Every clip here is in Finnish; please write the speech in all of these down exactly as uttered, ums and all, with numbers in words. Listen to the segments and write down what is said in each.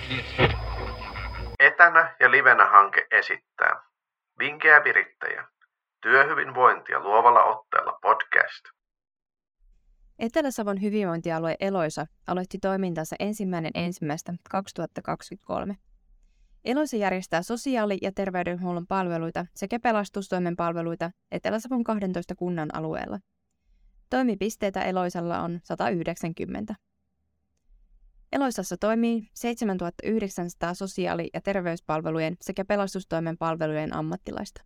Etänä ja livenä hanke esittää Vinkkejä virittäjä. Työhyvinvointia luovalla otteella podcast. Etelä-Savon hyvinvointialue Eloisa aloitti toimintansa ensimmäinen ensimmäistä kaksituhattakaksikymmentäkolme. Eloisa järjestää sosiaali- ja terveydenhuollon palveluita sekä pelastustoimen palveluita Etelä-Savon kahdentoista kunnan alueella. Toimipisteitä Eloisalla on sata yhdeksänkymmentä. Eloisassa toimii seitsemäntuhattayhdeksänsataa sosiaali- ja terveyspalvelujen sekä pelastustoimen palvelujen ammattilaista.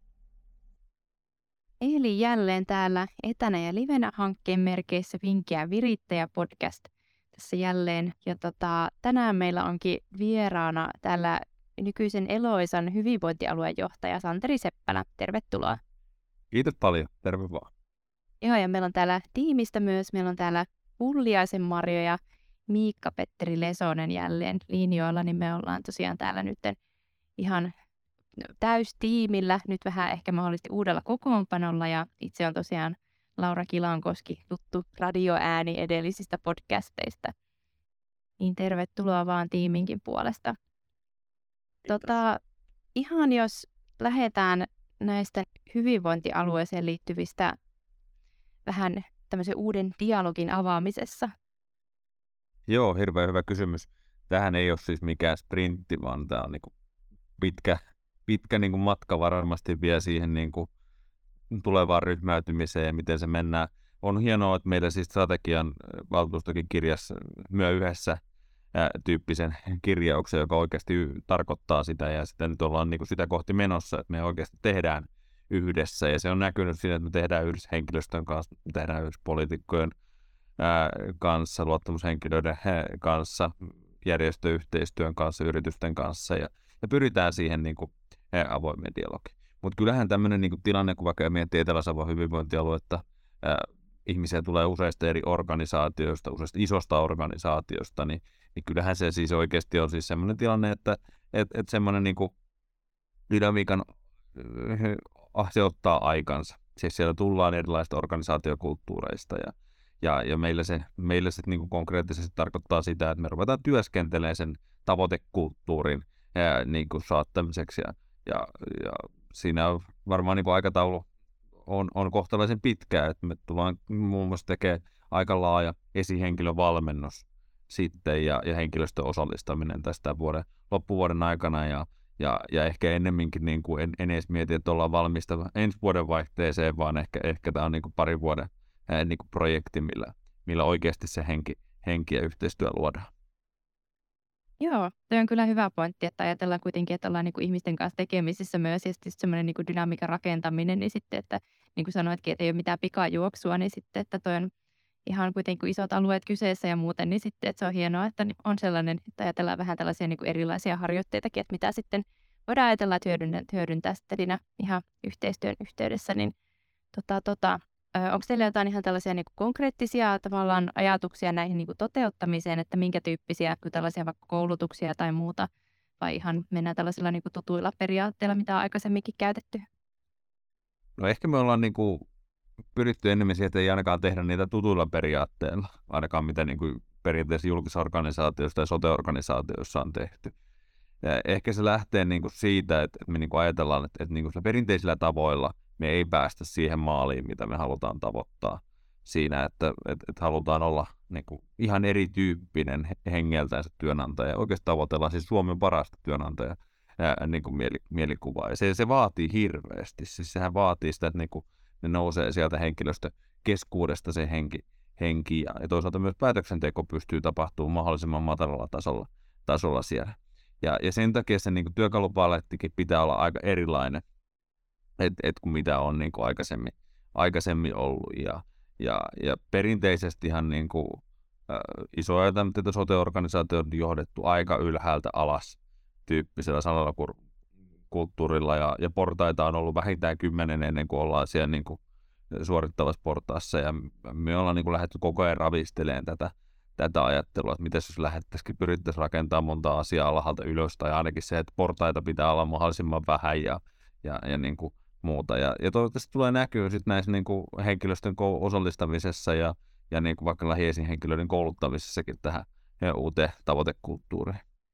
Eli jälleen täällä etänä ja livenä hankkeen merkeissä Vinkkejä virittäjä podcast tässä jälleen. Ja tota, tänään meillä onkin vieraana täällä nykyisen Eloisan hyvinvointialueen johtaja Santeri Seppälä. Tervetuloa. Kiitos paljon, terve vaan. Joo, ja meillä on täällä tiimistä myös. Meillä on täällä Pulliaisen Marjo ja Miikka-Petteri Lesonen jälleen linjoilla, niin me ollaan tosiaan täällä nyt ihan täystiimillä, nyt vähän ehkä mahdollisesti uudella kokoonpanolla, ja itse on tosiaan Laura Kilankoski, tuttu radioääni edellisistä podcasteista. Niin tervetuloa vaan tiiminkin puolesta. Tota, ihan jos lähdetään näistä hyvinvointialueeseen liittyvistä vähän tämmöisen uuden dialogin avaamisessa. Joo, hirveän hyvä kysymys. Tähän ei ole siis mikään sprintti, vaan tämä on niinku pitkä, pitkä niinku matka varmasti vielä siihen niinku tulevaan ryhmäytymiseen ja miten se mennään. On hienoa, että meillä siis strategian valtuustokin kirjassa myö yhdessä ää, tyyppisen kirjauksen, joka oikeasti tarkoittaa sitä, ja sitä nyt ollaan niinku sitä kohti menossa, että me oikeasti tehdään yhdessä, ja se on näkynyt siinä, että me tehdään yhdessä henkilöstön kanssa, me tehdään yhdessä poliitikkojen ää, kanssa, luottamushenkilöiden ää, kanssa, järjestöyhteistyön kanssa, yritysten kanssa, ja, ja pyritään siihen niin kuin, ää, avoimeen dialogiin. Mutta kyllähän tämmöinen niin kuin tilanne, kun vaikka miettii Etelä-Savon hyvinvointialuetta, ää, ihmisiä tulee useista eri organisaatioista, useista isosta organisaatiosta, niin, niin kyllähän se siis oikeasti on siis semmoinen tilanne, että et, et semmoinen niin kuin dynamiikan äh, se ottaa aikansa. Siis siellä tullaan erilaisista organisaatiokulttuureista ja, ja, ja meillä se, meillä se niin kuin konkreettisesti tarkoittaa sitä, että me ruvetaan työskentelemään sen tavoitekulttuurin ää, niin kuin saattamiseksi ja, ja, ja siinä on varmaan niin kuin aikataulu on, on kohtalaisen pitkä, että me tullaan muun muassa tekemään aika laaja esihenkilövalmennus sitten ja, ja henkilöstön osallistaminen tästä vuoden, loppuvuoden aikana ja Ja, ja ehkä ennemminkin niin kuin en, en edes mieti, että ollaan valmista ensi vuoden vaihteeseen, vaan ehkä, ehkä tämä on niin kuin parin vuoden ää, niin kuin projekti, millä, millä oikeasti se henki, henki ja yhteistyö luodaan. Joo, toi on kyllä hyvä pointti, että ajatellaan kuitenkin, että ollaan niin kuin ihmisten kanssa tekemisissä myös, ja sitten semmoinen niin kuin dynamiikan rakentaminen, niin sitten, että niin kuin sanoitkin, että ei ole mitään pikajuoksua, niin sitten, että toi on ihan kuitenkin isot alueet kyseessä ja muuten, niin sitten, että se on hienoa, että on sellainen, että ajatellaan vähän tällaisia niin kuin erilaisia harjoitteitakin, että mitä sitten voidaan ajatella, että hyödyntää, hyödyntää sitten siinä ihan yhteistyön yhteydessä, niin tota, tota, onko teillä jotain ihan tällaisia niin kuin konkreettisia tavallaan ajatuksia näihin niin kuin toteuttamiseen, että minkä tyyppisiä tällaisia vaikka koulutuksia tai muuta, vai ihan mennään tällaisilla niin kuin tutuilla periaatteilla, mitä on aikaisemminkin käytetty? No ehkä me ollaan niin kuin pyritty enemmän siihen, että ei ainakaan tehdä niitä tutuilla periaatteilla, ainakaan mitä niin kuin perinteisissä julkisorganisaatioissa tai sote-organisaatioissa on tehty. Ja ehkä se lähtee niin kuin siitä, että me niin kuin ajatellaan, että, että niin kuin perinteisillä tavoilla me ei päästä siihen maaliin, mitä me halutaan tavoittaa siinä, että, että, että halutaan olla niin kuin ihan erityyppinen hengeltään se työnantaja. Oikeastaan tavoitellaan siis Suomen parasta työnantaja ää, niin kuin mieli, mielikuvaa. Ja se, se vaatii hirveästi. Siis sehän vaatii sitä, että niin kuin ne nousee sieltä henkilöstökeskuudesta se henki, henki ja, ja toisaalta myös päätöksenteko pystyy tapahtumaan mahdollisimman matalalla tasolla, tasolla siellä. Ja, ja sen takia se niin kuin työkalupalettikin pitää olla aika erilainen, et, et kuin mitä on niin kuin aikaisemmin, aikaisemmin ollut. Ja, ja, ja perinteisestihan niin kuin, äh, isoja tämmöitä sote-organisaatioita on johdettu aika ylhäältä alas tyyppisellä sanalla kuin kulttuurilla, ja, ja portaita on ollut vähintään kymmenen ennen kuin ollaan siellä niin kuin suorittavassa portaassa, ja me ollaan niin kuin lähdetty koko ajan ravistelemaan tätä, tätä ajattelua, että miten jos lähdettäisiin, pyrittäisiin rakentamaan monta asiaa alhaalta ylös, tai ainakin se, että portaita pitää olla mahdollisimman vähän ja, ja, ja niin kuin muuta. Ja, ja toivottavasti tulee näkyä sitten näissä niin kuin henkilöstön osallistamisessa ja, ja niin kuin vaikka lähiesihenkilöiden kouluttamisessakin tähän uuteen tavoitekulttuuriin.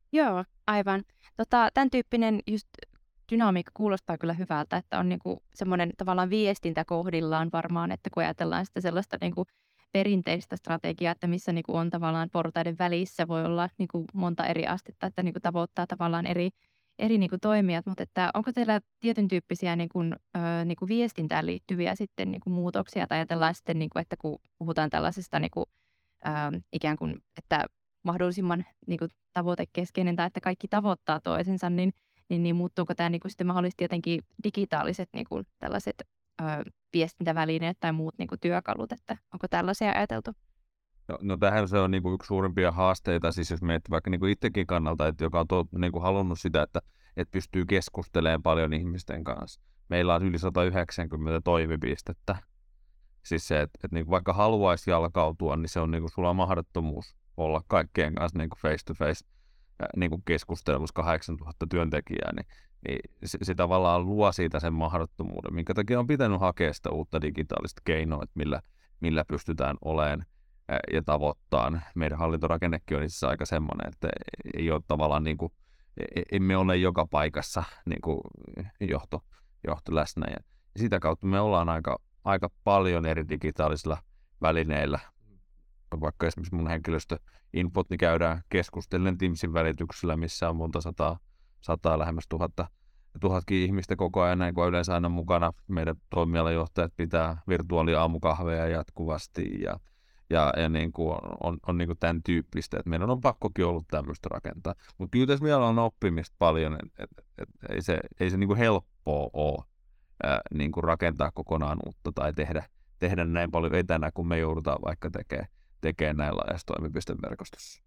Joo, aivan. Tota, tämän tyyppinen just dynamiikka kuulostaa kyllä hyvältä, että on niinku semmoinen tavallaan viestintä kohdillaan varmaan, että kun ajatellaan sitä sellaista niinku perinteistä strategiaa, että missä niinku on tavallaan portaiden välissä voi olla niinku monta eri astetta, että niinku tavoittaa tavallaan eri, eri niinku toimijat, mutta että onko teillä tietyn tyyppisiä niinku, ö, niinku viestintään liittyviä sitten niinku muutoksia, tai ajatellaan sitten, niinku, että kun puhutaan tällaisesta niinku, ö, ikään kuin, että mahdollisimman niinku tavoitekeskeinen tai että kaikki tavoittaa toisensa, niin, niin, niin muuttuuko tämä niinku sitten mahdollisesti jotenkin digitaaliset niinku tällaiset ö, viestintävälineet tai muut niinku työkalut, että onko tällaisia ajateltu? No, no tähän se on niinku yksi suurimpia haasteita, siis jos miettii vaikka niinku itsekin kannalta, että joka on to, niinku halunnut sitä, että, että pystyy keskustelemaan paljon ihmisten kanssa. Meillä on yli sata yhdeksänkymmentä toimipistettä. Siis se, että, että niinku vaikka haluaisi jalkautua, niin se on niinku sulla on mahdottomuus olla kaikkien kanssa niinku face to face niinku keskustelussa kahdeksantuhatta työntekijää, niin, niin se, se tavallaan luo siitä sen mahdottomuuden, minkä takia on pitänyt hakea sitä uutta digitaalista keinoa, että millä, millä pystytään olemaan ja tavoittaa. Meidän hallintorakennekin on itse aika semmoinen, että ei ole tavallaan niin kuin, emme ole joka paikassa niin kuin johto, johto läsnä. Ja sitä kautta me ollaan aika, aika paljon eri digitaalisilla välineillä. Vaikka esimerkiksi mun henkilöstöinfot, niin käydään keskustellen Teamsin välityksellä, missä on monta sataa, sataa lähemmäs tuhatta, tuhatkin ihmistä koko ajan, näin kuin yleensä aina mukana. Meidän toimialajohtajat pitää virtuaaliaamukahveja jatkuvasti ja Ja, ja niin kuin on, on, on niin kuin tämän tyyppistä, että meidän on pakkokin ollut tämmöistä rakentaa. Mutta kyllä tässä vielä on oppimista paljon, että et, et, ei se, ei se niin kuin helppoa ole ää, niin kuin rakentaa kokonaan uutta tai tehdä, tehdä näin paljon etänä, kun me joudutaan vaikka tekemään tekee näin laajassa toimipisteverkostossa.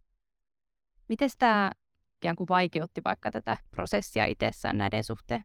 Miten tämä ikään kuin vaikeutti vaikka tätä prosessia itsessään näiden suhteen?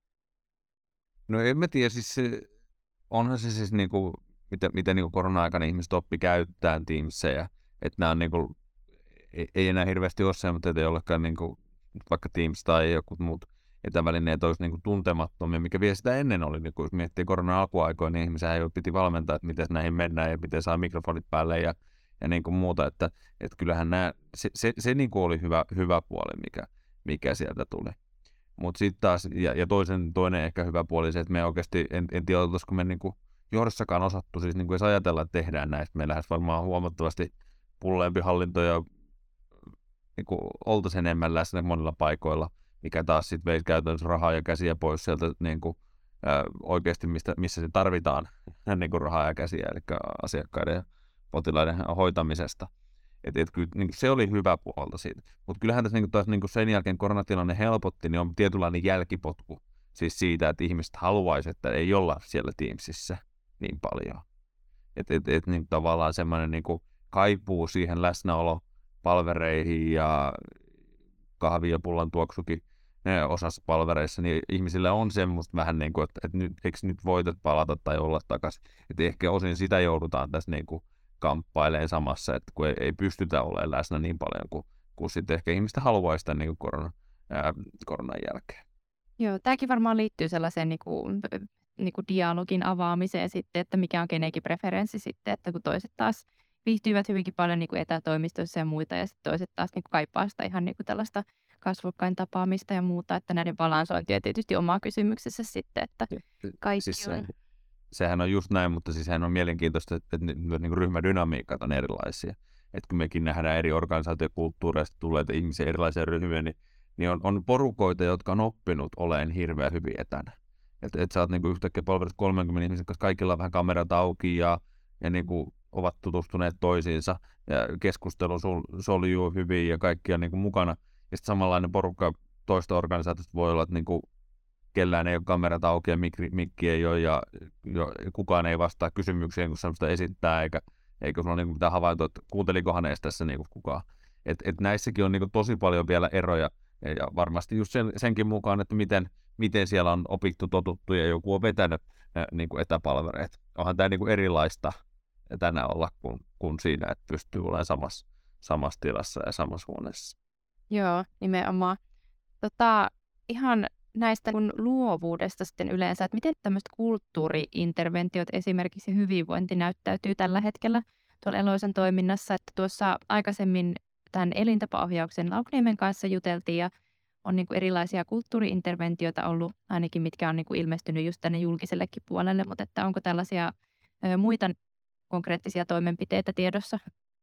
No en mä tiedä, siis se, onhan se siis niin kuin miten, miten niin korona-aikana ihmiset oppi käyttää Teamsia, että nämä on niin kuin, ei, ei enää hirveästi ole semmoista, että jollekaan niin kuin, vaikka Teams tai joku muut etävälineet olisi niin kuin tuntemattomia, mikä vielä sitä ennen oli, niin kun jos miettii koronan alkuaikoina, niin ihmisiä ei piti valmentaa, että miten näihin mennään ja miten saa mikrofonit päälle ja, ja niin kuin muuta, että, että kyllähän nämä, se, se, se niin kuin oli hyvä, hyvä puoli, mikä, mikä sieltä tuli. Mutta sitten taas, ja, ja toisen, toinen ehkä hyvä puoli se, että me oikeasti, en, en tiedä, olisiko me niin kuin johdossakaan osattu siis niin kuin edes ajatella, että tehdään näistä. Meillä lähes varmaan huomattavasti pulleempi hallinto ja niin kuin oltaisiin enemmän läsnä monilla paikoilla, mikä taas sitten vei käytännössä rahaa ja käsiä pois sieltä niin kuin, ää, oikeasti, mistä, missä se tarvitaan niin kuin rahaa ja käsiä, eli asiakkaiden ja potilaiden hoitamisesta. Et, et kyllä, niin se oli hyvä puolta siitä. Mutta kyllähän tässä niin taas niin sen jälkeen koronatilanne helpotti, niin on tietynlainen jälkipotku siis siitä, että ihmiset haluaisivat, että ei olla siellä Teamsissa niin paljon. Että et, et, niin tavallaan semmoinen niin kaipuu siihen läsnäolo palvereihin ja kahvi ja pullan tuoksukin ne osassa palvereissa, niin ihmisillä on semmoista vähän niin kuin, että, että nyt, eikö nyt voitat palata tai olla takaisin. Että ehkä osin sitä joudutaan tässä niin kuin kamppailemaan samassa, että kun ei, ei pystytä olemaan läsnä niin paljon kuin, kuin sitten ehkä ihmistä haluaisi sitä niin kuin korona, ää, koronan jälkeen. Joo, tämäkin varmaan liittyy sellaiseen niin kuin, niin kuin dialogin avaamiseen sitten, että mikä on kenenkin preferenssi sitten, että kun toiset taas viihtyivät hyvinkin paljon niin kuin etätoimistoissa ja muita, ja sitten toiset taas niin kuin kaipaa sitä ihan niin kuin tällaista kasvokkain tapaamista ja muuta, että näiden balansointi on tietysti oma kysymyksessä sitten, että kaikki siis on. Se, sehän on just näin, mutta siis sehän on mielenkiintoista, että, että niin kuin ryhmädynamiikat on erilaisia. Että kun mekin nähdään eri organisaatiokulttuureista tulleita ihmisiä, erilaisia ryhmiä, niin, niin on, on porukoita, jotka on oppinut olemaan hirveän hyvin etänä. Että et sä oot niin kuin yhtäkkiä palvelut kolmekymmentä ihmisen kanssa, kaikilla on vähän kamerat auki ja, ja niin kuin ovat tutustuneet toisiinsa ja keskustelu sol, soljuu hyvin ja kaikki on niin kuin mukana. Ja sitten samanlainen porukka toista organisaatiosta voi olla, että niin kuin kellään ei ole kamerat auki ja mikri, mikki ei ole ja jo, kukaan ei vastaa kysymyksiin, kun semmoista esittää, eikä, eikä sulla ole niin mitään havaintoa, että kuuntelikohan edes tässä niin kuin kukaan. Et, et näissäkin on niin kuin tosi paljon vielä eroja ja, ja varmasti just sen, senkin mukaan, että miten, miten siellä on opittu, totuttu ja joku on vetänyt äh, niin kuin etäpalvereet. Onhan tämä niin kuin erilaista tänään olla kuin, kuin siinä, että pystyy olemaan samassa, samassa tilassa ja samassa huoneessa. Joo, nimenomaan. Tota, ihan näistä kun luovuudesta sitten yleensä, että miten tämmöiset kulttuuri-interventiot esimerkiksi hyvinvointi näyttäytyy tällä hetkellä tuolla Eloisan toiminnassa, että tuossa aikaisemmin tämän elintapaohjauksen Laukniemen kanssa juteltiin ja on niin kuin erilaisia kulttuuriinterventioita ollut, ainakin mitkä on niin kuin ilmestynyt just tänne julkisellekin puolelle, mutta että onko tällaisia ö, muita konkreettisia toimenpiteitä tiedossa?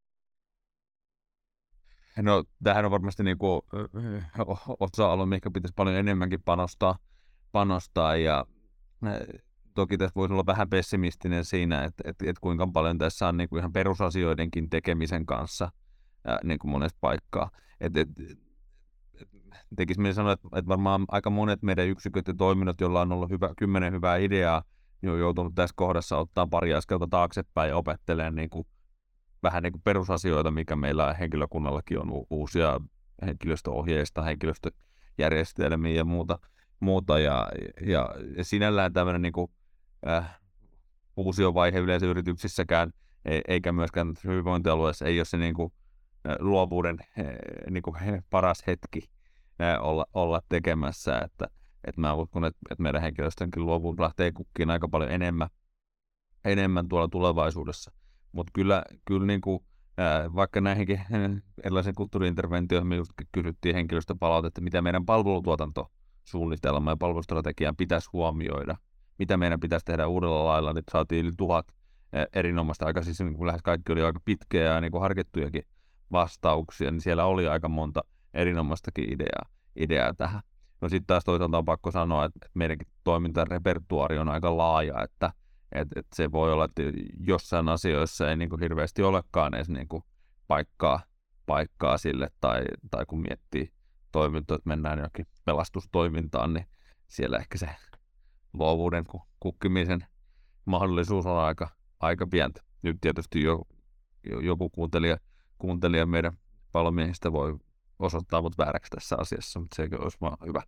No, tämähän on varmasti niin kuin, osa-alue, mikä pitäisi paljon enemmänkin panostaa, panostaa ja toki tässä voisi olla vähän pessimistinen siinä, että, että, että kuinka paljon tässä on niin kuin ihan perusasioidenkin tekemisen kanssa ää, niin kuin monesta paikkaa. Et, et, et, tekisi mieli sanoa, että, että varmaan aika monet meidän yksiköt ja toiminnot, joilla on ollut hyvä, kymmenen hyvää ideaa, niin on joutunut tässä kohdassa ottaa pari askelta taaksepäin ja opettelemaan niin kuin, vähän niin kuin perusasioita, mikä meillä henkilökunnallakin on uusia henkilöstöohjeista, henkilöstöjärjestelmiä ja muuta. muuta ja, ja, ja sinällään tämmöinen niin kuin, äh, fuusiovaihe yleensä yrityksissäkään, e, eikä myöskään hyvinvointialueessa ei ole se niin kuin, äh, luovuuden äh, niin kuin, paras hetki äh, olla, olla tekemässä, että, että mä uskon, että, että meidän henkilöstönkin luovuus lähtee kukkiin aika paljon enemmän, enemmän tuolla tulevaisuudessa, mutta kyllä, kyllä niin kuin, äh, vaikka näihinkin erilaisiin kulttuuriinterventioihin me just kysyttiin henkilöstöpalautetta, mitä meidän palvelutuotanto suunnitelma ja palvelustrategian pitäisi huomioida, mitä meidän pitäisi tehdä uudella lailla, niin saatiin yli tuhat erinomaista aika, siis niin kuin lähes kaikki oli aika pitkiä ja niin kuin harkittujakin vastauksia, niin siellä oli aika monta erinomaistakin ideaa, ideaa tähän. No sitten taas toisaalta on pakko sanoa, että meidänkin toimintarepertuaari on aika laaja, että, että, että se voi olla, että jossain asioissa ei niin kuin hirveästi olekaan edes niin kuin paikkaa, paikkaa sille, tai, tai kun miettii toimintoa, että mennään johonkin pelastustoimintaan, niin siellä ehkä se luovuuden kukkimisen mahdollisuus on aika, aika pientä. Nyt tietysti jo, jo, joku kuuntelija, kuuntelija meidän palomiehistä voi osoittaa mut vääräksi tässä asiassa, mutta sekin olisi vaan hyvä.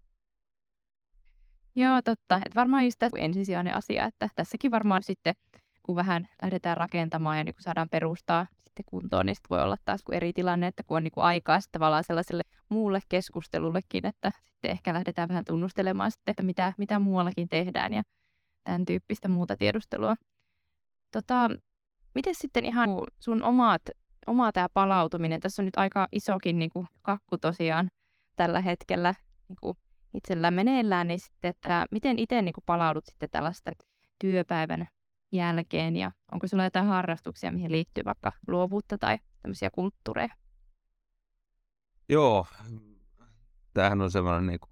Joo, totta. Et varmaan just tässä ensisijainen asia, että tässäkin varmaan sitten, kun vähän lähdetään rakentamaan ja niin kun saadaan perustaa sitten kuntoon, niin sitten voi olla taas kuin eri tilanne, että kun on niin kuin aikaa sitten tavallaan sellaiselle muulle keskustelullekin, että sitten ehkä lähdetään vähän tunnustelemaan sitten, että mitä, mitä muuallakin tehdään ja tämän tyyppistä muuta tiedustelua. Tota, miten sitten ihan sun omat, oma tämä palautuminen? Tässä on nyt aika isokin niin kuin kakku tosiaan tällä hetkellä niin kuin itsellä meneillään, niin sitten, että miten itse niin kuin palaudut sitten tällaista työpäivän jälkeen ja onko sulla jotain harrastuksia, mihin liittyy vaikka luovuutta tai tämmöisiä kulttuureja? Joo, tämähän on semmoinen niin kuin,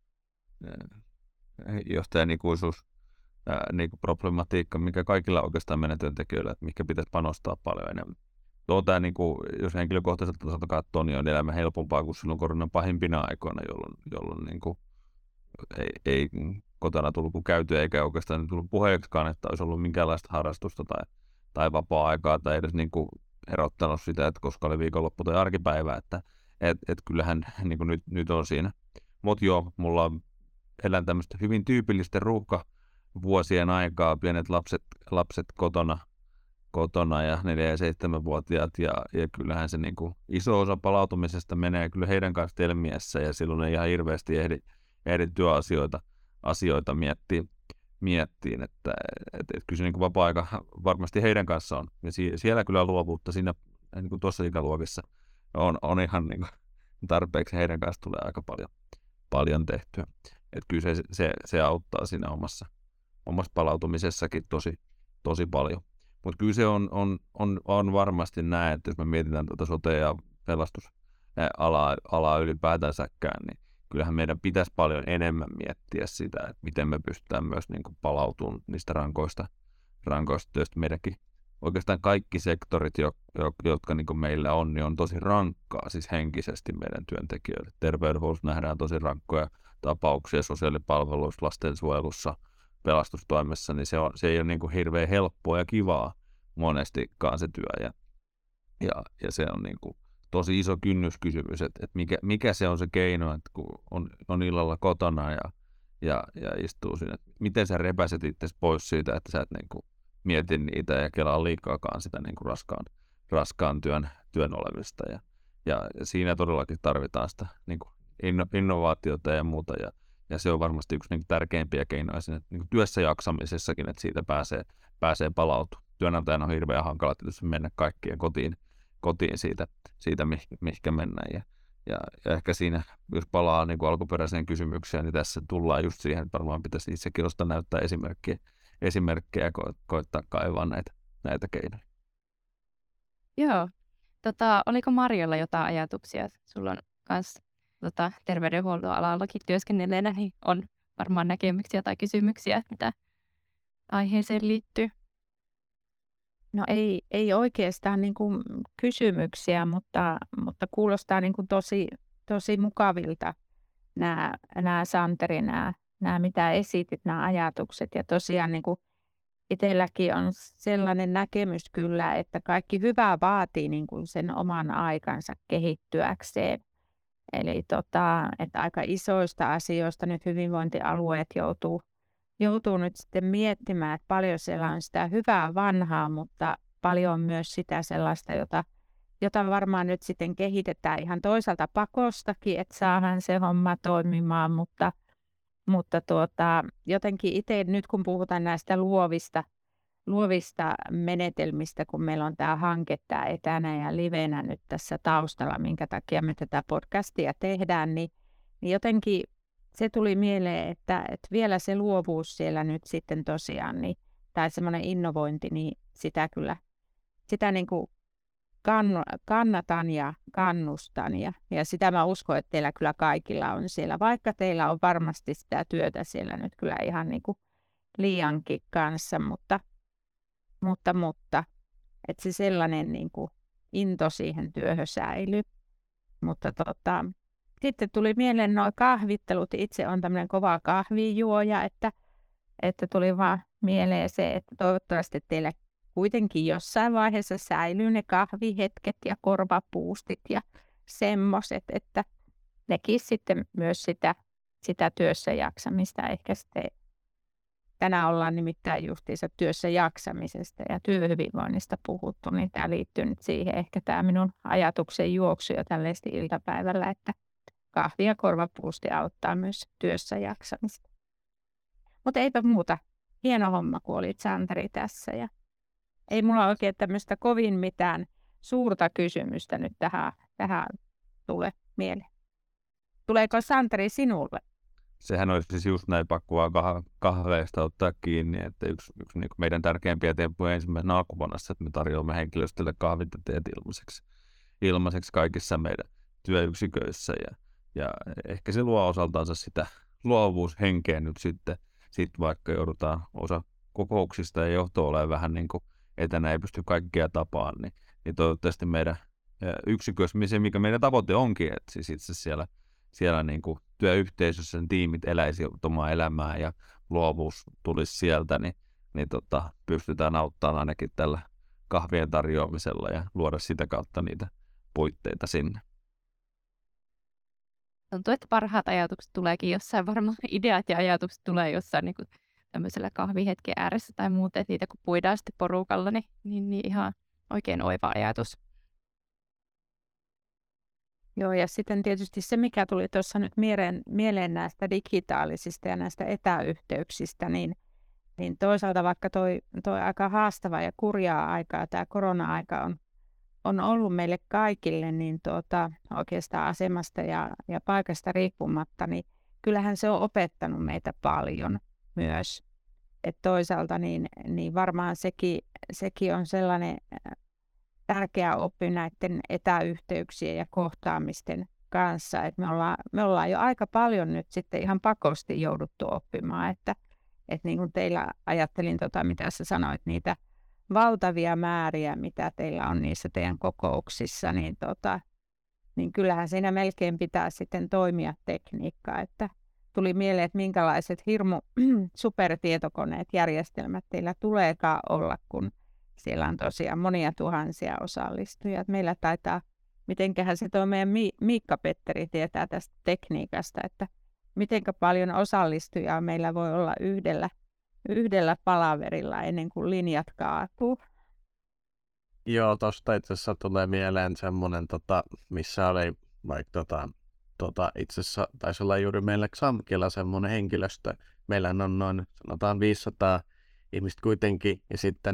johtajan ikuisuus niin kuin problematiikka, mikä kaikilla oikeastaan meidän työntekijöillä, että mikä pitäisi panostaa paljon enemmän. Tuo tämä, niin kuin, jos henkilökohtaiselta tasolta katsoo, niin on elämä helpompaa kuin silloin koronan pahimpina aikoina, jolloin, jolloin niin kuin, ei, ei kotona tullut kuin käytyä eikä oikeastaan tullut puheeksikaan, että olisi ollut minkäänlaista harrastusta tai, tai vapaa-aikaa tai edes niin kuin erottanut sitä, että koska oli viikonloppu tai arkipäivä, että et, et kyllähän niin kuin nyt, nyt on siinä. Mutta joo, mulla on, elän tämmöistä hyvin tyypillistä ruuhkavuosien aikaa, pienet lapset, lapset kotona, kotona ja neljä- ja seitsemänvuotiaat ja, ja kyllähän se niin kuin iso osa palautumisesta menee kyllä heidän kanssa telmiessä ja silloin ei ihan hirveästi ehdi, ehdi työasioita asioita miettiin, miettiin että, että, että kyllä se niin kuin vapaa-aika varmasti heidän kanssa on. Ja sie, siellä kyllä luovuutta siinä niin kuin tuossa ikäluokissa on, on ihan niin kuin tarpeeksi, heidän kanssa tulee aika paljon, paljon tehtyä. Että kyllä se, se, se auttaa siinä omassa, omassa palautumisessakin tosi, tosi paljon. Mutta kyllä se on, on, on, on varmasti näin, että jos me mietitään tuota sote- ja pelastusalaa alaa ylipäätänsäkään, niin kyllähän meidän pitäisi paljon enemmän miettiä sitä, että miten me pystytään myös niin kuin palautumaan niistä rankoista, rankoista töistä. Meidänkin oikeastaan kaikki sektorit, jo, jo, jotka niin kuin meillä on, niin on tosi rankkaa siis henkisesti meidän työntekijöille. Terveydenhuollossa nähdään tosi rankkoja tapauksia sosiaalipalveluissa, lastensuojelussa, pelastustoimessa, niin se, on, se ei ole niin kuin hirveän helppoa ja kivaa monestikaan se työ. Ja, ja, ja se on niin kuin tosi iso kynnyskysymys, että, että mikä, mikä se on se keino, että kun on, on illalla kotona ja, ja, ja istuu siinä, että miten sä repäset itsesi pois siitä, että sä et niin kuin mieti niitä ja kelaa liikaakaan sitä niin kuin raskaan, raskaan työn, työn olemista. Ja, ja, ja siinä todellakin tarvitaan sitä niin kuin inno, innovaatiota ja muuta. Ja, ja se on varmasti yksi niin tärkeimpiä keinoja siinä niin työssä jaksamisessakin, että siitä pääsee, pääsee palautumaan. Työnantajana on hirveän hankala tietysti mennä kaikkien kotiin, kotiin siitä, siitä mihin, mihinkä mennään. Ja, ja, ja ehkä siinä, jos palaa niin kuin alkuperäiseen kysymykseen, niin tässä tullaan just siihen, että varmaan pitäisi itsekin osata näyttää esimerkkiä, esimerkkejä ja ko- koittaa kaivaa näitä, näitä keinoja. Joo. Tota, oliko Marjolla jotain ajatuksia? Sulla on myös tota, terveydenhuoltoalallakin työskennelleenä, niin on varmaan näkemyksiä tai kysymyksiä, että mitä aiheeseen liittyy. No ei, ei oikeastaan niin kuin kysymyksiä, mutta, mutta kuulostaa niin kuin tosi, tosi mukavilta nämä, nämä Santeri, nämä, nämä mitä esitit, nämä ajatukset. Ja tosiaan niin kuin itselläkin on sellainen näkemys kyllä, että kaikki hyvä vaatii niin kuin sen oman aikansa kehittyäkseen. Eli tota, että aika isoista asioista nyt hyvinvointialueet joutuu, joutuu nyt sitten miettimään, että paljon siellä on sitä hyvää vanhaa, mutta paljon myös sitä sellaista, jota, jota varmaan nyt sitten kehitetään ihan toisaalta pakostakin, että saadaan se homma toimimaan, mutta Mutta tuota, jotenkin itse nyt kun puhutaan näistä luovista, luovista menetelmistä, kun meillä on tämä hanke tämä etänä ja livenä nyt tässä taustalla, minkä takia me tätä podcastia tehdään, niin, niin jotenkin se tuli mieleen, että, että vielä se luovuus siellä nyt sitten tosiaan, niin, tai semmoinen innovointi, niin sitä kyllä, sitä niin kuin kannatan ja kannustan ja, ja sitä mä uskon, että teillä kyllä kaikilla on siellä, vaikka teillä on varmasti sitä työtä siellä nyt kyllä ihan niin kuin liiankin kanssa, mutta, mutta, mutta että se sellainen niin kuin into siihen työhön säilyy. Mutta tota, sitten tuli mieleen nuo kahvittelut, itse on tämmöinen kova kahvijuoja, että, että tuli vaan mieleen se, että toivottavasti teillä kuitenkin jossain vaiheessa säilyy ne kahvihetket ja korvapuustit ja semmoiset, että nekin sitten myös sitä, sitä työssä jaksamista. Ehkä sitten tänään ollaan nimittäin justiinsa työssä jaksamisesta ja työhyvinvoinnista puhuttu, niin tämä liittyy nyt siihen ehkä tämä minun ajatuksen juoksu jo tällaisesti iltapäivällä, että kahvi ja korvapuusti auttaa myös työssä jaksamista. Mutta eipä muuta. Hieno homma, kun olit Santeri tässä ja ei mulla oikein tämmöistä kovin mitään suurta kysymystä nyt tähän, tähän tule mieleen. Tuleeko Santeri sinulle? Sehän olisi siis just näin, pakko vaan kah- kahveista ottaa kiinni, että yksi, yksi niin meidän tärkeimpiä temppuja ensimmäisenä alkuvuonnassa, että me tarjoamme henkilöstölle kahviteteet ilmaiseksi, ilmaiseksi kaikissa meidän työyksiköissä ja, ja ehkä se luo osaltansa sitä luovuushenkeä nyt sitten, sit vaikka joudutaan osa kokouksista ja johto olemaan vähän niin kuin etänä ei pysty kaikkea tapaan, niin, niin toivottavasti meidän yksikössä, se mikä meidän tavoite onkin, että siis itse siellä, siellä niin kuin työyhteisössä sen tiimit eläisi omaa elämää ja luovuus tulisi sieltä, niin, niin tota, pystytään auttamaan ainakin tällä kahvien tarjoamisella ja luoda sitä kautta niitä puitteita sinne. Tuntuu, että parhaat ajatukset tuleekin jossain, varmaan ideat ja ajatukset tulee jossain niin kuin tämmöisellä kahvihetken ääressä tai muuten, että niitä kun puidaan sitten porukalla, niin, niin, niin ihan oikein oiva ajatus. Joo, ja sitten tietysti se, mikä tuli tuossa nyt mieleen, mieleen näistä digitaalisista ja näistä etäyhteyksistä, niin, niin toisaalta vaikka toi, toi aika haastava ja kurjaa aikaa, tämä korona-aika on, on ollut meille kaikille, niin tuota, oikeastaan asemasta ja, ja paikasta riippumatta, niin kyllähän se on opettanut meitä paljon myös. Et toisaalta niin, niin varmaan sekin, sekin on sellainen tärkeä oppi näiden etäyhteyksien ja kohtaamisten kanssa, että me ollaan, me ollaan jo aika paljon nyt sitten ihan pakosti jouduttu oppimaan, että, että niin kuin teillä ajattelin, tota, mitä sä sanoit, niitä valtavia määriä, mitä teillä on niissä teidän kokouksissa, niin, tota, niin kyllähän siinä melkein pitää sitten toimia tekniikkaa, että tuli mieleen, että minkälaiset hirmu supertietokoneet, järjestelmät teillä tuleekaan olla, kun siellä on tosiaan monia tuhansia osallistujia. Meillä taitaa, mitenköhän se tuo meidän Miikka-Petteri tietää tästä tekniikasta, että mitenkä paljon osallistujaa meillä voi olla yhdellä, yhdellä palaverilla ennen kuin linjat kaatuu. Joo, tosta itse asiassa tulee mieleen semmoinen, tota, missä oli vaikka tota, tota, itse asiassa taisi olla juuri meillä Xamkilla semmoinen henkilöstö. Meillä on noin sanotaan viisisataa ihmistä kuitenkin, ja sitten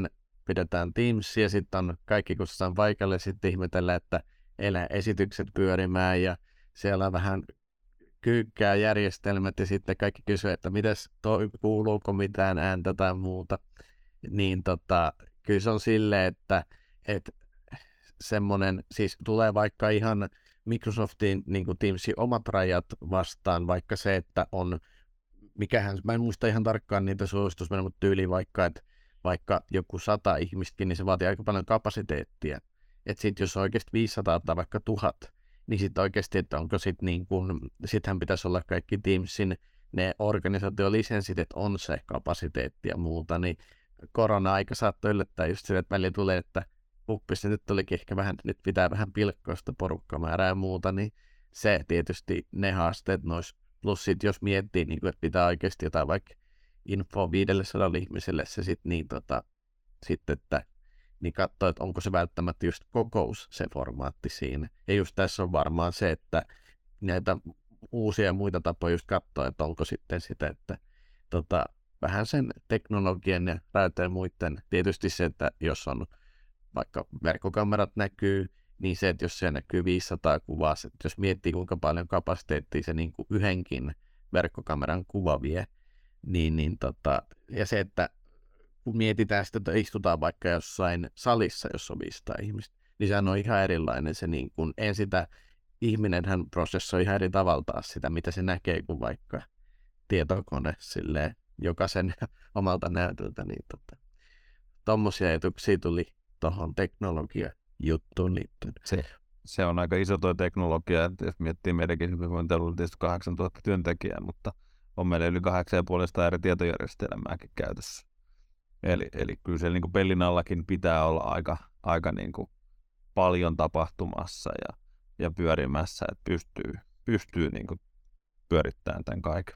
pidetään Teams ja sitten on kaikki kutsutaan paikalle sitten ihmetellä, että elää esitykset pyörimään ja siellä on vähän kyykkää järjestelmät ja sitten kaikki kysyy, että mitäs toi, kuuluuko mitään ääntä tai muuta. Niin tota, kyllä se on silleen, että, että semmoinen, siis tulee vaikka ihan Microsoftin niin kuin Teamsin omat rajat vastaan, vaikka se, että on, mikähän, mä en muista ihan tarkkaan niitä suositusmenoja, mutta tyyli vaikka, että vaikka joku sata ihmistäkin, niin se vaatii aika paljon kapasiteettia. Että sitten jos on oikeasti viisisataa tai vaikka tuhat, niin sitten oikeasti, että onko sitten niin kuin, sittenhän pitäisi olla kaikki Teamsin ne organisaatiolisenssit, että on se kapasiteetti ja muuta, niin korona-aika saattoi yllättää just sille, että välillä tulee, että uppis, nyt tulikin ehkä vähän, nyt pitää vähän pilkkoa sitä porukkamäärää ja muuta, niin se tietysti ne haasteet nois. Plus sit jos miettii, niin kuin, että pitää oikeasti jotain vaikka infoa viisisataa ihmiselle, se sitten niin tota, sitten, että niin katsoo, että onko se välttämättä just kokous se formaatti siinä. Ja just tässä on varmaan se, että näitä uusia muita tapoja just katsoa, että onko sitten sitä, että tota, vähän sen teknologian ja rääteen muiden, tietysti se, että jos on vaikka verkkokamerat näkyy, niin se, että jos se näkyy viisisataa kuvaa, että jos miettii kuinka paljon kapasiteettia se niin kuin yhdenkin verkkokameran kuva vie, niin, niin tota, ja se, että kun mietitään sitä, että istutaan vaikka jossain salissa, jossa on viisisataa ihmistä, niin sehän on ihan erilainen se niin kuin, en sitä, ihminenhän prosessoi ihan eri tavalla taas sitä, mitä se näkee kuin vaikka tietokone silleen, jokaisen omalta näytöltä, niin tota, tommosia ajatuksia tuli tuohon teknologia-juttuun liittyen. Se, se on aika iso tuo teknologia, että jos miettii meidänkin hyvinvointialueella tietysti kahdeksantuhatta työntekijää, mutta on meillä yli kahdeksan ja puolesta eri tietojärjestelmääkin käytössä. Eli, eli kyllä siellä niin kuin pellin allakin pitää olla aika, aika niin kuin paljon tapahtumassa ja, ja pyörimässä, että pystyy, pystyy niin kuin pyörittämään tämän kaiken.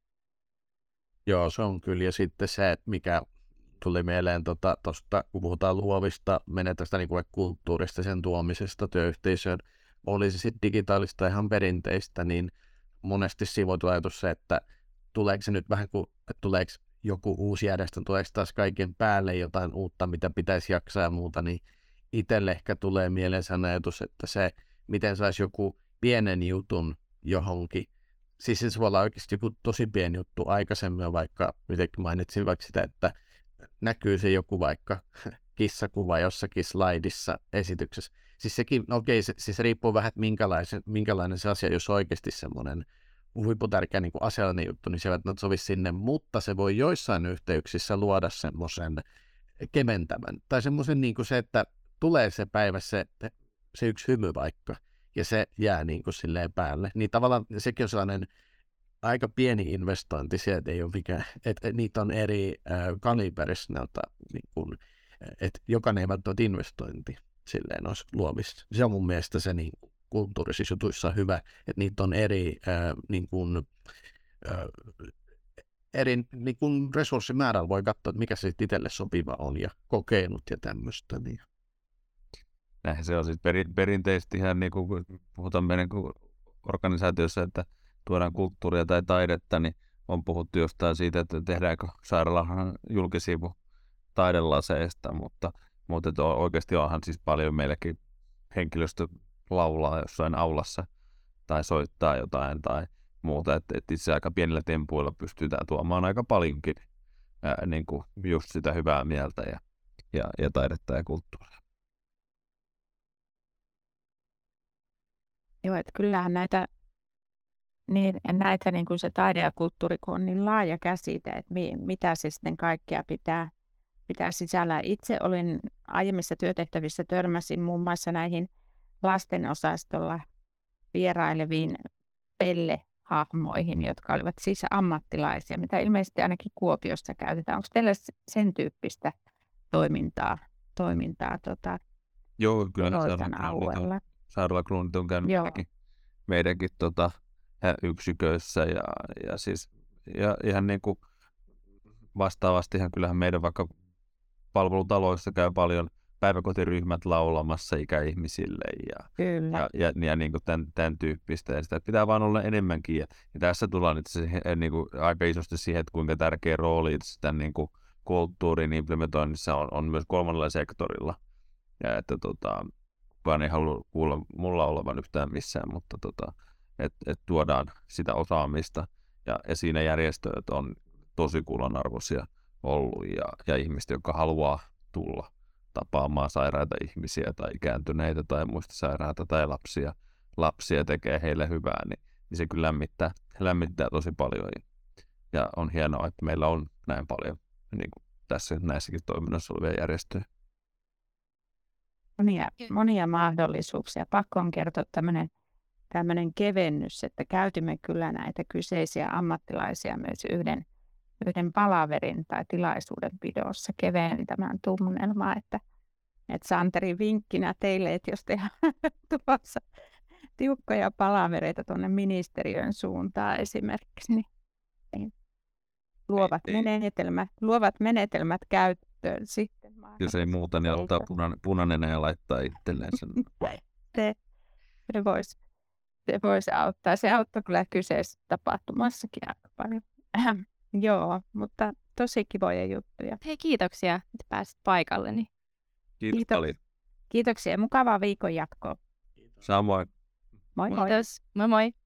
Joo, se on kyllä. Ja sitten se, mikä tuli mieleen tuosta, tota, kun puhutaan luovista, menee tästä niin kuin kulttuurista, sen tuomisesta työyhteisöön, oli se sitten digitaalista ihan perinteistä, niin monesti siinä voi tulla ajatus se, että tuleeko se nyt vähän kuin, että tuleeko joku uusi järjestö, tuleeko taas kaiken päälle jotain uutta, mitä pitäisi jaksaa ja muuta, niin itselle ehkä tulee mieleen se ajatus, että se, miten saisi joku pienen jutun johonkin, siis se voi olla oikeasti joku tosi pieni juttu aikaisemmin, vaikka, miten mainitsin vaikka sitä, että näkyy se joku vaikka kissakuva jossakin slaidissa esityksessä. Siis sekin, no okei, se, siis riippuu vähän, että minkälainen, minkälainen se asia, jos oikeasti semmoinen huipputärkeä niin kuin asiallinen juttu, niin se ei välttämättä sovi sinne, mutta se voi joissain yhteyksissä luoda semmoisen keventävän. Tai semmoisen niin kuin se, että tulee se päivä se, se yksi hymy vaikka, ja se jää niin kuin silleen päälle. Niin tavallaan sekin on sellainen aika pieni investointi, se, että ei ole mikään, että niitä on eri äh, kaliberissa, niin kuin, että jokainen ei välttämättä investointi silleen olisi luovissa. Se on mun mielestä se niin kulttuurisissa jutuissa hyvä, että niitä on eri, äh, niin kuin, äh, eri niin kuin resurssimäärällä voi katsoa, että mikä se itselle sopiva on ja kokenut ja tämmöistä. Niin. Näin se on siis peri, perinteisesti ihan niin kuin puhutaan meidän organisaatiossa, että tuodaan kulttuuria tai taidetta, niin on puhuttu jostain siitä, että tehdäänkö sairaalan julkisivu taidelaseista, mutta, mutta oikeasti onhan siis paljon meilläkin henkilöstö laulaa jossain aulassa tai soittaa jotain tai muuta, että, että itse aika pienillä tempuilla pystytään tuomaan aika paljonkin ää, niin kuin just sitä hyvää mieltä ja, ja, ja taidetta ja kulttuuria. Joo, että kyllähän näitä, niin, näitä niin kuin se taide ja kulttuuri, kun on niin laaja käsite, että mi, mitä se sitten kaikkea pitää, pitää sisällä. Itse olin aiemmissa työtehtävissä, törmäsin muun muassa näihin lastenosastolla vieraileviin pellehahmoihin, jotka olivat siis ammattilaisia, mitä ilmeisesti ainakin Kuopiossa käytetään. Onko teillä sen tyyppistä toimintaa, toimintaa tota, Joo, kyllä alueella? Sairaalakruunit on käynyt meidänkin, meidänkin tota, yksiköissä ja, ja siis ja, ihan niin kuin vastaavastihan kyllähän meidän vaikka palvelutaloissa käy paljon päiväkotiryhmät laulamassa ikäihmisille ja, ja, ja, ja niin kuin tämän, tämän tyyppistä. Ja sitä pitää vaan olla enemmänkin. Ja, ja tässä tullaan nyt se, niin kuin, aika isosti siihen, että kuinka tärkeä rooli sitä niin kuin kulttuurin implementoinnissa on, on myös kolmannella sektorilla. Ja että tota, kukaan ei halua kuulla mulla olevan yhtään missään, mutta tota, että et tuodaan sitä osaamista. Ja, ja siinä järjestöt on tosi kullanarvoisia ollut ja, ja ihmiset, jotka haluaa tulla tapaamaan sairaita ihmisiä tai ikääntyneitä tai muistisairaita tai lapsia, lapsia tekee heille hyvää, niin, niin se kyllä lämmittää, lämmittää tosi paljon. Ja, ja on hienoa, että meillä on näin paljon niin kuin tässä näissäkin toiminnassa olevia järjestöjä. Monia, monia mahdollisuuksia. Pakko on kertoa tämmöinen tämmöinen kevennys, että käytimme kyllä näitä kyseisiä ammattilaisia myös yhden, yhden palaverin tai tilaisuuden pidossa keventämään tunnelmaa, että, että Santeri vinkkinä teille, että jos teillä on tulossa tiukkoja palavereita tuonne ministeriön suuntaan esimerkiksi, niin, niin luovat, ei, ei. menetelmät, luovat menetelmät käyttöön sitten. Jos ei muuta, niin ottaa punainen, punainen ja laittaa itselleen sen. Se, se voisi se vois auttaa. Se auttoi kyllä kyseisessä tapahtumassakin aika paljon. Joo, mutta tosi kivoja juttuja. Hei, kiitoksia, että pääsit paikalle. Niin. Kiitos Kiitos. paljon. Kiitoksia ja mukavaa viikon jatkoa. Samoin. Moi moi. Kiitos. Moi moi.